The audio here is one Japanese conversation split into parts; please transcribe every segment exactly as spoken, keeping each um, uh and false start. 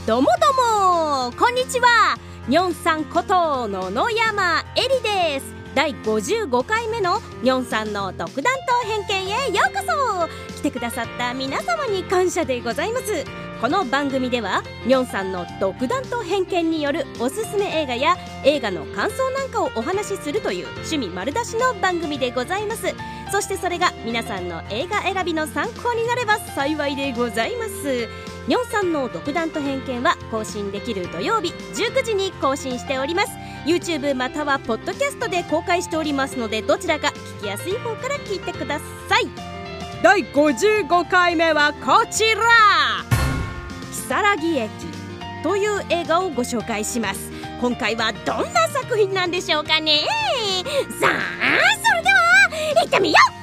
どうもどうもこんにちは。にょんさんこと野々山えりです。だいごじゅうごかいめのにょんさんの独断と偏見へようこそ。来てくださった皆様に感謝でございます。この番組ではにょんさんの独断と偏見によるおすすめ映画や映画の感想なんかをお話しするという趣味丸出しの番組でございます。そしてそれが皆さんの映画選びの参考になれば幸いでございます。にょんさんの独断と偏見は更新できる土曜日じゅうくじに更新しております。 YouTube またはポッドキャストで公開しておりますので、どちらか聞きやすい方から聞いてください。だいごじゅうごかいめはこちら、如月駅という映画をご紹介します。今回はどんな作品なんでしょうかね。さあそれでは行ってみよう。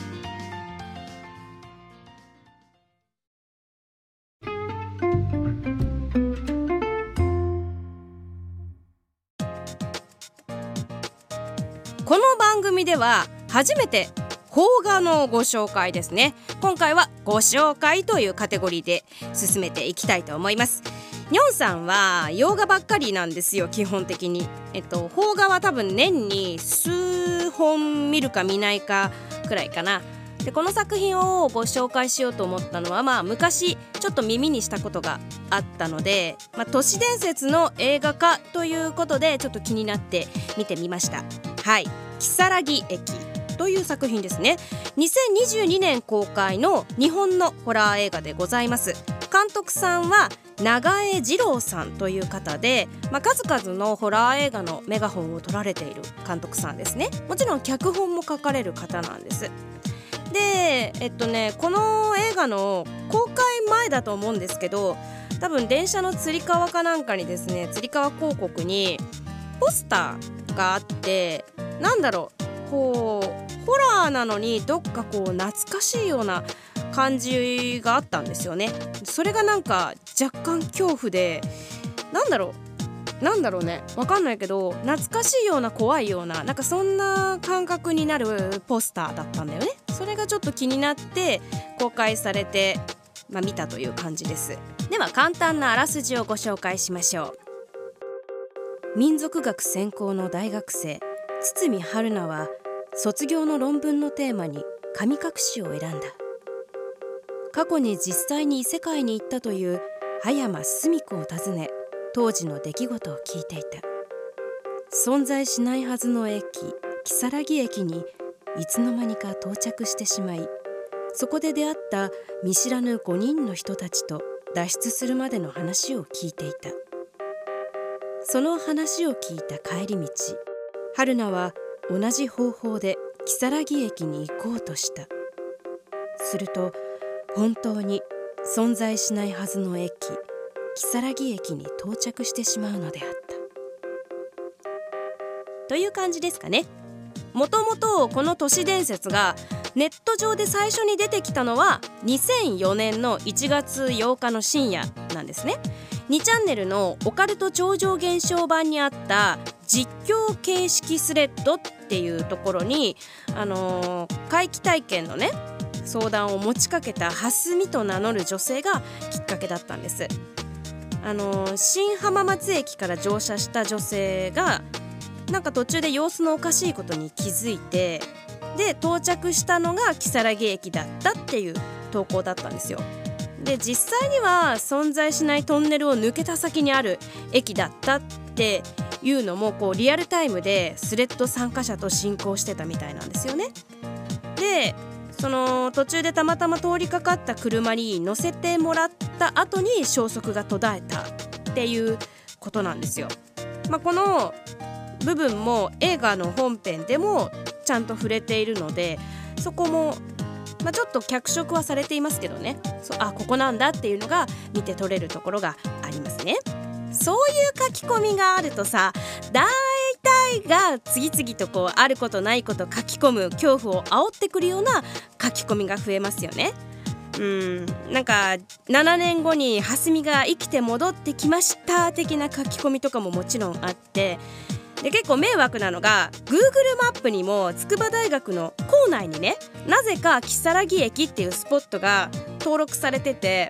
この番組では初めて邦画のご紹介ですね。今回はご紹介というカテゴリーで進めていきたいと思います。にょんさんは洋画ばっかりなんですよ、基本的に。えっと邦画は多分年に数本見るか見ないかくらいかな。でこの作品をご紹介しようと思ったのは、まあ昔ちょっと耳にしたことがあったので、まあ、都市伝説の映画化ということでちょっと気になって見てみました。はい、如月駅という作品ですね。にせんにじゅうにねん公開の日本のホラー映画でございます。監督さんは長江二郎さんという方で、まあ、数々のホラー映画のメガホンを取られている監督さんですね。もちろん脚本も書かれる方なんです。で、えっとね、この映画の公開前だと思うんですけど、多分電車のつり革かなんかにですね、つり革広告にポスターがあって、なんだろう、こうホラーなのにどっかこう懐かしいような感じがあったんですよね。それがなんか若干恐怖で、なんだろうなんだろうね、わかんないけど懐かしいような怖いような、なんかそんな感覚になるポスターだったんだよね。それがちょっと気になって公開されて、まあ、見たという感じです。では簡単なあらすじをご紹介しましょう。民族学専攻の大学生堤春菜は卒業の論文のテーマに神隠しを選んだ。過去に実際に異世界に行ったという葉山澄子を訪ね、当時の出来事を聞いていた。存在しないはずの駅、如月駅にいつの間にか到着してしまい、そこで出会った見知らぬごにんの人たちと脱出するまでの話を聞いていた。その話を聞いた帰り道、春菜は同じ方法で如月駅に行こうとした。すると本当に存在しないはずの駅、如月駅に到着してしまうのであった。という感じですかね。もともとこの都市伝説がネット上で最初に出てきたのはにせんよねんのいちがつようかの深夜なんですね。にチャンネルのオカルト超常現象版にあった実況形式スレッドっていうところに、あのー、怪奇体験のね相談を持ちかけた蓮見と名乗る女性がきっかけだったんです。あのー、新浜松駅から乗車した女性がなんか途中で様子のおかしいことに気づいて、で到着したのが如月駅だったっていう投稿だったんですよ。で実際には存在しないトンネルを抜けた先にある駅だったっていうのもこうリアルタイムでスレッド参加者と進行してたみたいなんですよね。でその途中でたまたま通りかかった車に乗せてもらった後に消息が途絶えたっていうことなんですよ。まあ、この部分も映画の本編でもちゃんと触れているので、そこもまあ、ちょっと脚色はされていますけどね、そあここなんだっていうのが見て取れるところがありますね。そういう書き込みがあるとさ、大体が次々とこうあることないこと書き込む恐怖を煽ってくるような書き込みが増えますよね。うんなんかななねんごに蓮見が生きて戻ってきました的な書き込みとかももちろんあって、で結構迷惑なのが Google マップにも筑波大学の構内にね、なぜか如月駅っていうスポットが登録されてて、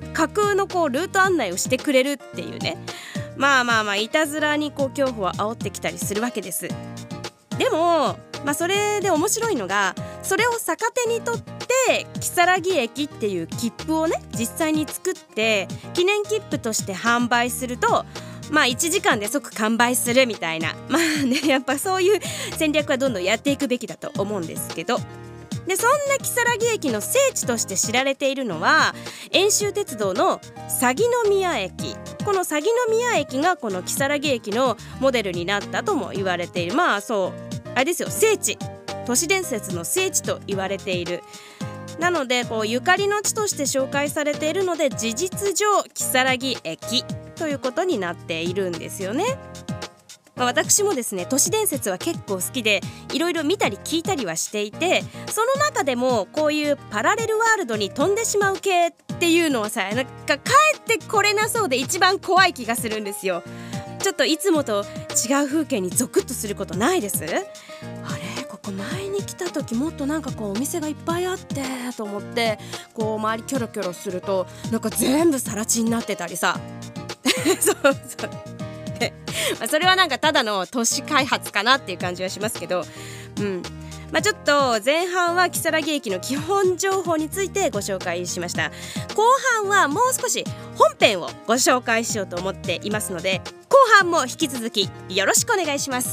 架空のこうルート案内をしてくれるっていうね、まあまあまあいたずらにこう恐怖を煽ってきたりするわけです。でも、まあ、それで面白いのが、それを逆手にとって如月駅っていう切符をね実際に作って記念切符として販売すると、まあいちじかんで即完売するみたいな、まあね、やっぱそういう戦略はどんどんやっていくべきだと思うんですけど、でそんな如月駅の聖地として知られているのは遠州鉄道の鷺宮駅。この鷺宮駅がこの如月駅のモデルになったとも言われている、まあそうあれですよ、聖地、都市伝説の聖地と言われている。なのでこうゆかりの地として紹介されているので、事実上如月駅ということになっているんですよね。まあ、私もですね都市伝説は結構好きでいろいろ見たり聞いたりはしていて、その中でもこういうパラレルワールドに飛んでしまう系っていうのはさ、なんか帰ってこれなそうで一番怖い気がするんですよ。ちょっといつもと違う風景にゾクッとすることないです？あれ、ここ前に来た時もっとなんかこうお店がいっぱいあってと思ってこう周りキョロキョロするとなんか全部更地になってたりさそうそうまあそれはなんかただの都市開発かなっていう感じはしますけど、うんまあ、ちょっと前半は如月駅の基本情報についてご紹介しました。後半はもう少し本編をご紹介しようと思っていますので、後半も引き続きよろしくお願いします。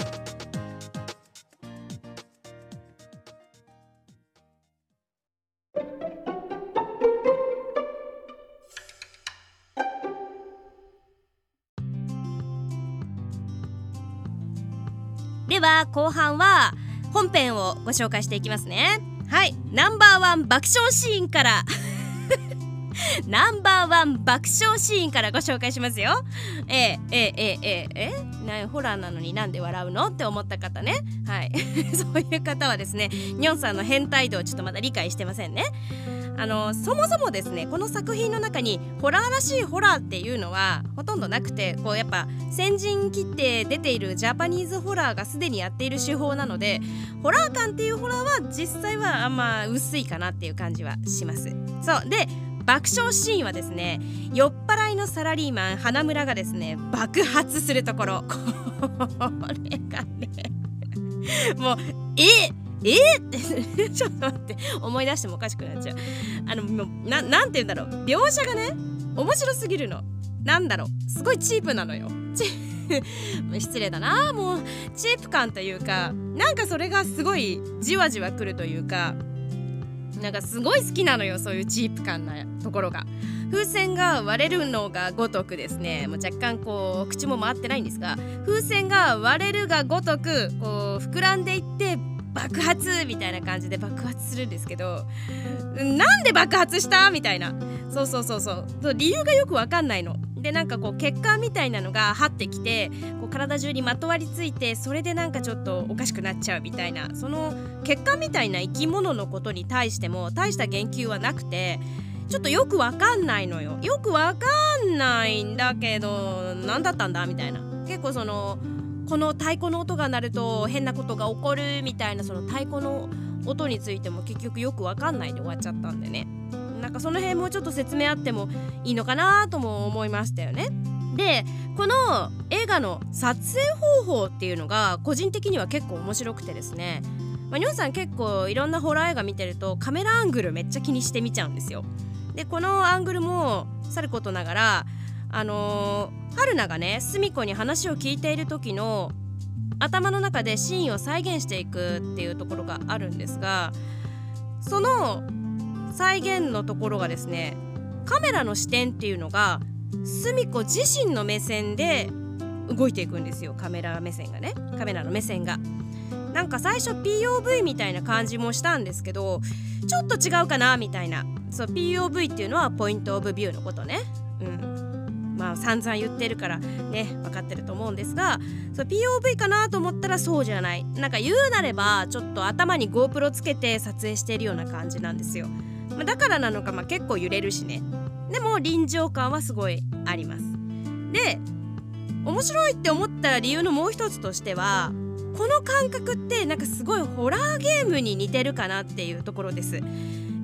では後半は本編をご紹介していきますね。はい、ナンバーワン爆笑シーンからナンバーワン爆笑シーンからご紹介しますよ。ええええええええホラーなのになんで笑うのって思った方ね、はいそういう方はですね、ニョンさんの変態度をちょっとまだ理解してませんね。あのそもそもですね、この作品の中にホラーらしいホラーっていうのはほとんどなくて、こうやっぱ先陣切って出ているジャパニーズホラーがすでにやっている手法なので、ホラー感っていうホラーは実際はあんま薄いかなっていう感じはします。そうで、爆笑シーンはですね、酔っ払いのサラリーマン花村がですね爆発するところ、これがねもうええってちょっと待って、思い出してもおかしくなっちゃう。あのもう な, なんて言うんだろう、描写がね面白すぎるの。なんだろう、すごいチープなのよ。チ失礼だな、もうチープ感というか、なんかそれがすごいじわじわくるというか、なんかすごい好きなのよ、そういうチープ感なところが。風船が割れるのがごとくですね、もう若干こう口も回ってないんですが、風船が割れるがごとくこう膨らんでいって爆発みたいな感じで爆発するんですけど、なんで爆発したみたいな、そうそうそうそう理由がよくわかんないので、なんかこう血管みたいなのが張ってきてこう体中にまとわりついて、それでなんかちょっとおかしくなっちゃうみたいな、その血管みたいな生き物のことに対しても大した言及はなくて、ちょっとよくわかんないのよ。よくわかんないんだけど何だったんだみたいな、結構そのこの太鼓の音が鳴ると変なことが起こるみたいな、その太鼓の音についても結局よくわかんないで終わっちゃったんでね、なんかその辺もちょっと説明あってもいいのかなとも思いましたよね。でこの映画の撮影方法っていうのが個人的には結構面白くてですね、まあ、ニョンさん結構いろんなホラー映画見てるとカメラアングルめっちゃ気にして見ちゃうんですよ。でこのアングルもさることながら、あのー、春菜がね澄子に話を聞いている時の頭の中でシーンを再現していくっていうところがあるんですが、その再現のところがですね、カメラの視点っていうのが澄子自身の目線で動いていくんですよ。カメラ目線がね、カメラの目線がなんか最初 ピーオーブイ みたいな感じもしたんですけど、ちょっと違うかなみたいな。そう ピーオーブイ っていうのはポイントオブビューのことね。うんまあ散々言ってるからね分かってると思うんですが、そう ピーオーブイ かなと思ったらそうじゃない。なんか言うなればちょっと頭に GoPro つけて撮影しているような感じなんですよ。まあ、だからなのか、まあ、結構揺れるしね。でも臨場感はすごいあります。で面白いって思った理由のもう一つとしては、この感覚ってなんかすごいホラーゲームに似てるかなっていうところです。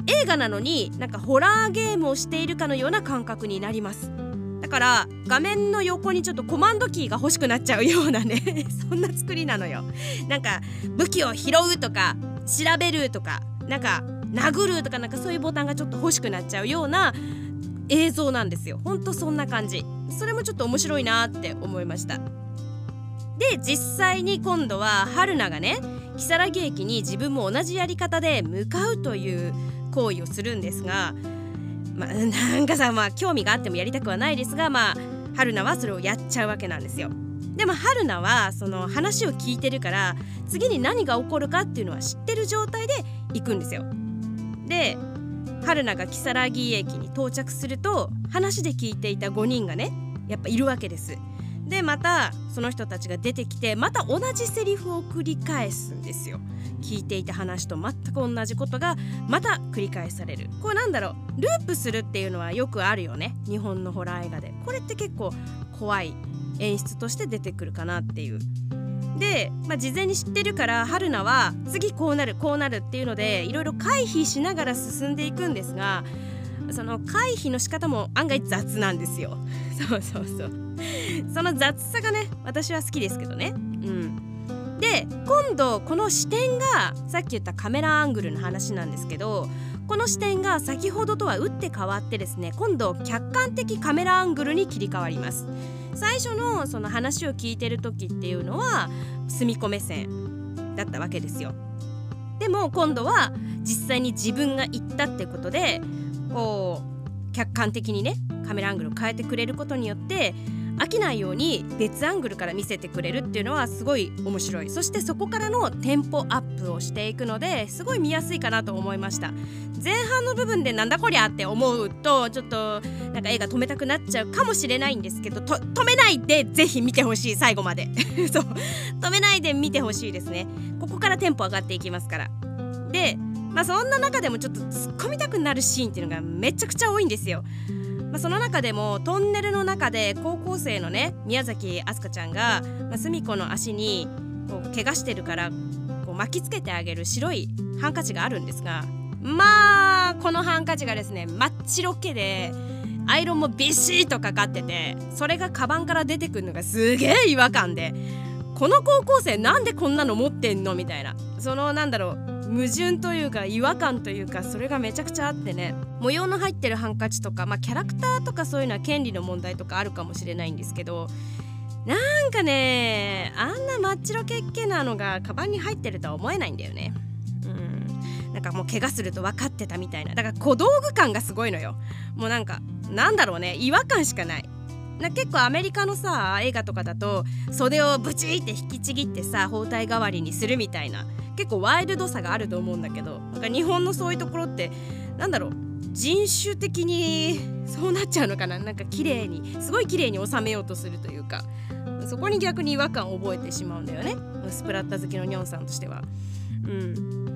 映画なのになんかホラーゲームをしているかのような感覚になります。だから画面の横にちょっとコマンドキーが欲しくなっちゃうようなねそんな作りなのよ。なんか武器を拾うとか調べるとかなんか殴るとかなんかそういうボタンがちょっと欲しくなっちゃうような映像なんですよ。ほんとそんな感じ。それもちょっと面白いなって思いました。で実際に今度は春菜がね如月駅に自分も同じやり方で向かうという行為をするんですが、まあ、なんかさ、まあ、興味があってもやりたくはないですが、まあ、春菜はそれをやっちゃうわけなんですよ。でも春菜はその話を聞いてるから次に何が起こるかっていうのは知ってる状態で行くんですよ。で春菜が如月駅に到着すると話で聞いていたごにんがねやっぱいるわけです。でまたその人たちが出てきてまた同じセリフを繰り返すんですよ。聞いていた話と全く同じことがまた繰り返される。これなんだろう、ループするっていうのはよくあるよね、日本のホラー映画で。これって結構怖い演出として出てくるかなっていう。で、まあ、事前に知ってるから春菜は次こうなるこうなるっていうのでいろいろ回避しながら進んでいくんですが、その回避の仕方も案外雑なんですよ。そうそうそう、その雑さがね私は好きですけどね。うんで今度この視点がさっき言ったカメラアングルの話なんですけど、この視点が先ほどとは打って変わってですね、今度客観的カメラアングルに切り替わります。最初のその話を聞いてる時っていうのは隅っこ目線だったわけですよ。でも今度は実際に自分が言ったってことでこう客観的にねカメラアングルを変えてくれることによって飽きないように別アングルから見せてくれるっていうのはすごい面白い。そしてそこからのテンポアップをしていくのですごい見やすいかなと思いました。前半の部分でなんだこりゃって思うとちょっとなんか映画止めたくなっちゃうかもしれないんですけど、と止めないでぜひ見てほしい、最後までそう止めないで見てほしいですね。ここからテンポ上がっていきますから。でまあそんな中でもちょっと突っ込みたくなるシーンっていうのがめちゃくちゃ多いんですよ。まあ、その中でもトンネルの中で高校生のね宮崎あすかちゃんが、まあ、隅っこの足にこう怪我してるからこう巻きつけてあげる白いハンカチがあるんですが、まあこのハンカチがですね真っ白けでアイロンもビシッとかかってて、それがカバンから出てくるのがすげえ違和感で、この高校生なんでこんなの持ってんのみたいな、そのなんだろう矛盾というか違和感というかそれがめちゃくちゃあってね、模様の入ってるハンカチとか、まあ、キャラクターとかそういうのは権利の問題とかあるかもしれないんですけど、なんかねあんな真っ白けっけなのがカバンに入ってるとは思えないんだよね。うんなんかもう怪我すると分かってたみたいな、だから小道具感がすごいのよ。もうなんかなんだろうね違和感しかない。な結構アメリカのさ映画とかだと袖をブチーって引きちぎってさ包帯代わりにするみたいな結構ワイルドさがあると思うんだけど、なんか日本のそういうところってなんだろう人種的にそうなっちゃうのかな、なんか綺麗にすごい綺麗に収めようとするというか、そこに逆に違和感を覚えてしまうんだよね、スプラッタ好きのニョンさんとしては。うん、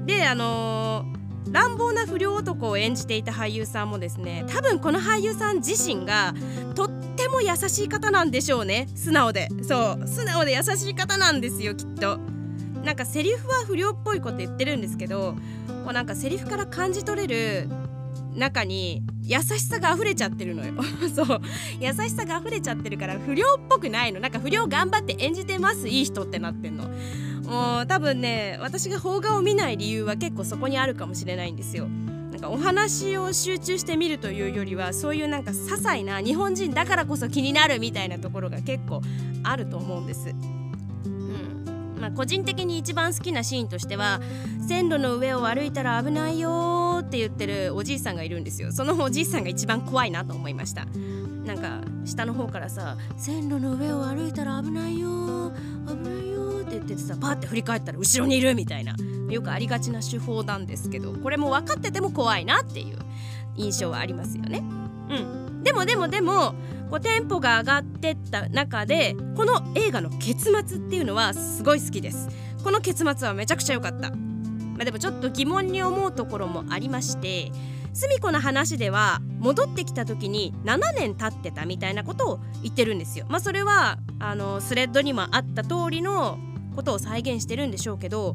であのー乱暴な不良男を演じていた俳優さんもですね、多分この俳優さん自身がとっても優しい方なんでしょうね。素直でそう素直で優しい方なんですよきっと。なんかセリフは不良っぽいこと言ってるんですけど、こうなんかセリフから感じ取れる中に優しさが溢れちゃってるのよそう優しさが溢れちゃってるから不良っぽくないの。なんか不良頑張って演じてますいい人ってなってんの。もう多分ね私が邦画を見ない理由は結構そこにあるかもしれないんですよ。なんかお話を集中して見るというよりはそういうなんか些細な日本人だからこそ気になるみたいなところが結構あると思うんです。うんまあ、個人的に一番好きなシーンとしては線路の上を歩いたら危ないよって言ってるおじいさんがいるんですよ。そのおじいさんが一番怖いなと思いました。なんか下の方からさ線路の上を歩いたら危ないよ危ないよって言っててさパーって振り返ったら後ろにいるみたいなよくありがちな手法なんですけど、これも分かってても怖いなっていう印象はありますよね。うんでもでもでもこうテンポが上がってった中でこの映画の結末っていうのはすごい好きです。この結末はめちゃくちゃ良かった。まあ、でもちょっと疑問に思うところもありまして、隅っこの話では戻ってきた時にななねん経ってたみたいなことを言ってるんですよ。まあそれはあのスレッドにもあった通りのことを再現してるんでしょうけど、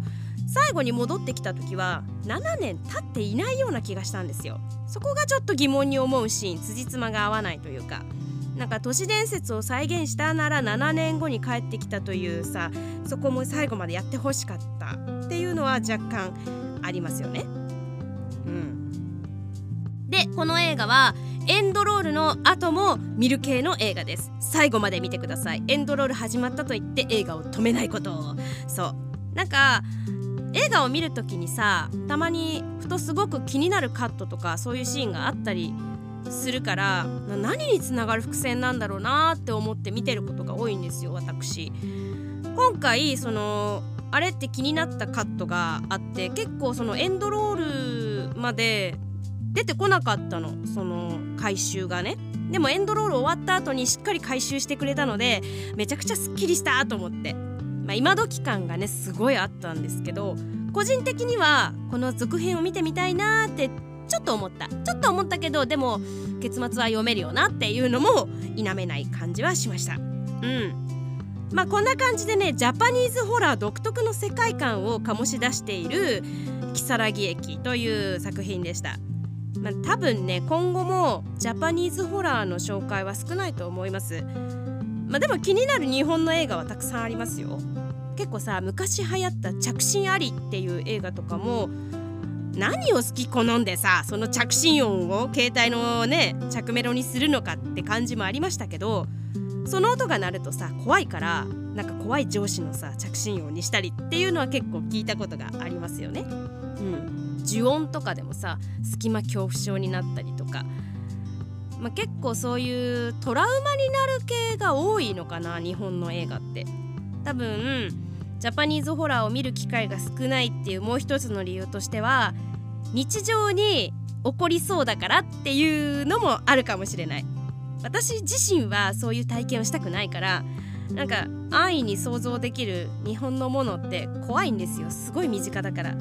最後に戻ってきた時はななねん経っていないような気がしたんですよ。そこがちょっと疑問に思うシーン、辻褄が合わないというか、なんか都市伝説を再現したならななねんごに帰ってきたというさ、そこも最後までやってほしかったっていうのは若干ありますよね。うん。でこの映画はエンドロールの後も見る系の映画です。最後まで見てください。エンドロール始まったと言って映画を止めないことを。そうなんか映画を見るときにさ、たまにふとすごく気になるカットとかそういうシーンがあったりするから、何につながる伏線なんだろうなって思って見てることが多いんですよ、私。今回そのあれって気になったカットがあって、結構そのエンドロールまで出てこなかったの、その回収がね。でもエンドロール終わった後にしっかり回収してくれたので、めちゃくちゃスッキリしたと思って、まあ、今時感がねすごいあったんですけど、個人的にはこの続編を見てみたいなってちょっと思ったちょっと思ったけど、でも結末は読めるよなっていうのも否めない感じはしました。うんまあこんな感じでね、ジャパニーズホラー独特の世界観を醸し出している如月駅という作品でした。まあ、多分ね今後もジャパニーズホラーの紹介は少ないと思います。まあ、でも気になる日本の映画はたくさんありますよ。結構さ、昔流行った着信ありっていう映画とかも、何を好き好んでさその着信音を携帯のね着メロにするのかって感じもありましたけど、その音が鳴るとさ怖いから、なんか怖い上司のさ着信音にしたりっていうのは結構聞いたことがありますよね。うん呪音とかでもさ隙間恐怖症になったりとか、まあ、結構そういうトラウマになる系が多いのかな、日本の映画って。多分ジャパニーズホラーを見る機会が少ないっていうもう一つの理由としては、日常に起こりそうだからっていうのもあるかもしれない。私自身はそういう体験をしたくないから、なんか安易に想像できる日本のものって怖いんですよ。すごい身近だから、うん、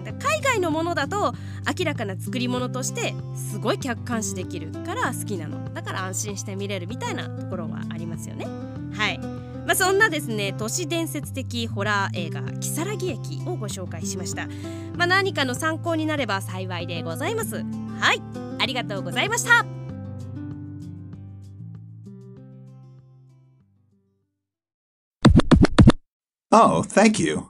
だから海外のものだと明らかな作り物としてすごい客観視できるから好きなの。だから安心して見れるみたいなところはありますよね。はい、まあ、そんなですね都市伝説的ホラー映画如月駅をご紹介しました。まあ、何かの参考になれば幸いでございます。はい、ありがとうございました。 Oh, thank you.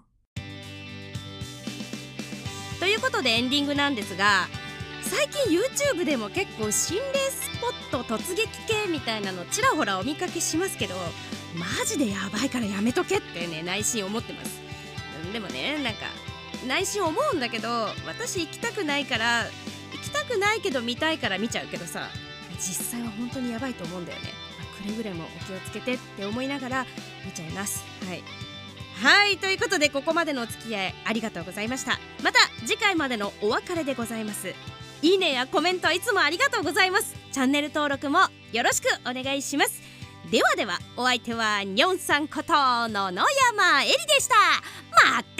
ということでエンディングなんですが、最近 YouTube でも結構心霊スポット突撃系みたいなのちらほらお見かけしますけど、マジでやばいからやめとけってね内心思ってます。でもね、なんか内心思うんだけど、私行きたくないから行きたくないけど見たいから見ちゃうけどさ、実際は本当にやばいと思うんだよね。まあ、くれぐれもお気をつけてって思いながら見ちゃいます。はいはい、ということでここまでのお付き合いありがとうございました。また次回までのお別れでございます。いいねやコメントいつもありがとうございます。チャンネル登録もよろしくお願いします。ではでは、お相手はにょんさんこと野々山えりでした。また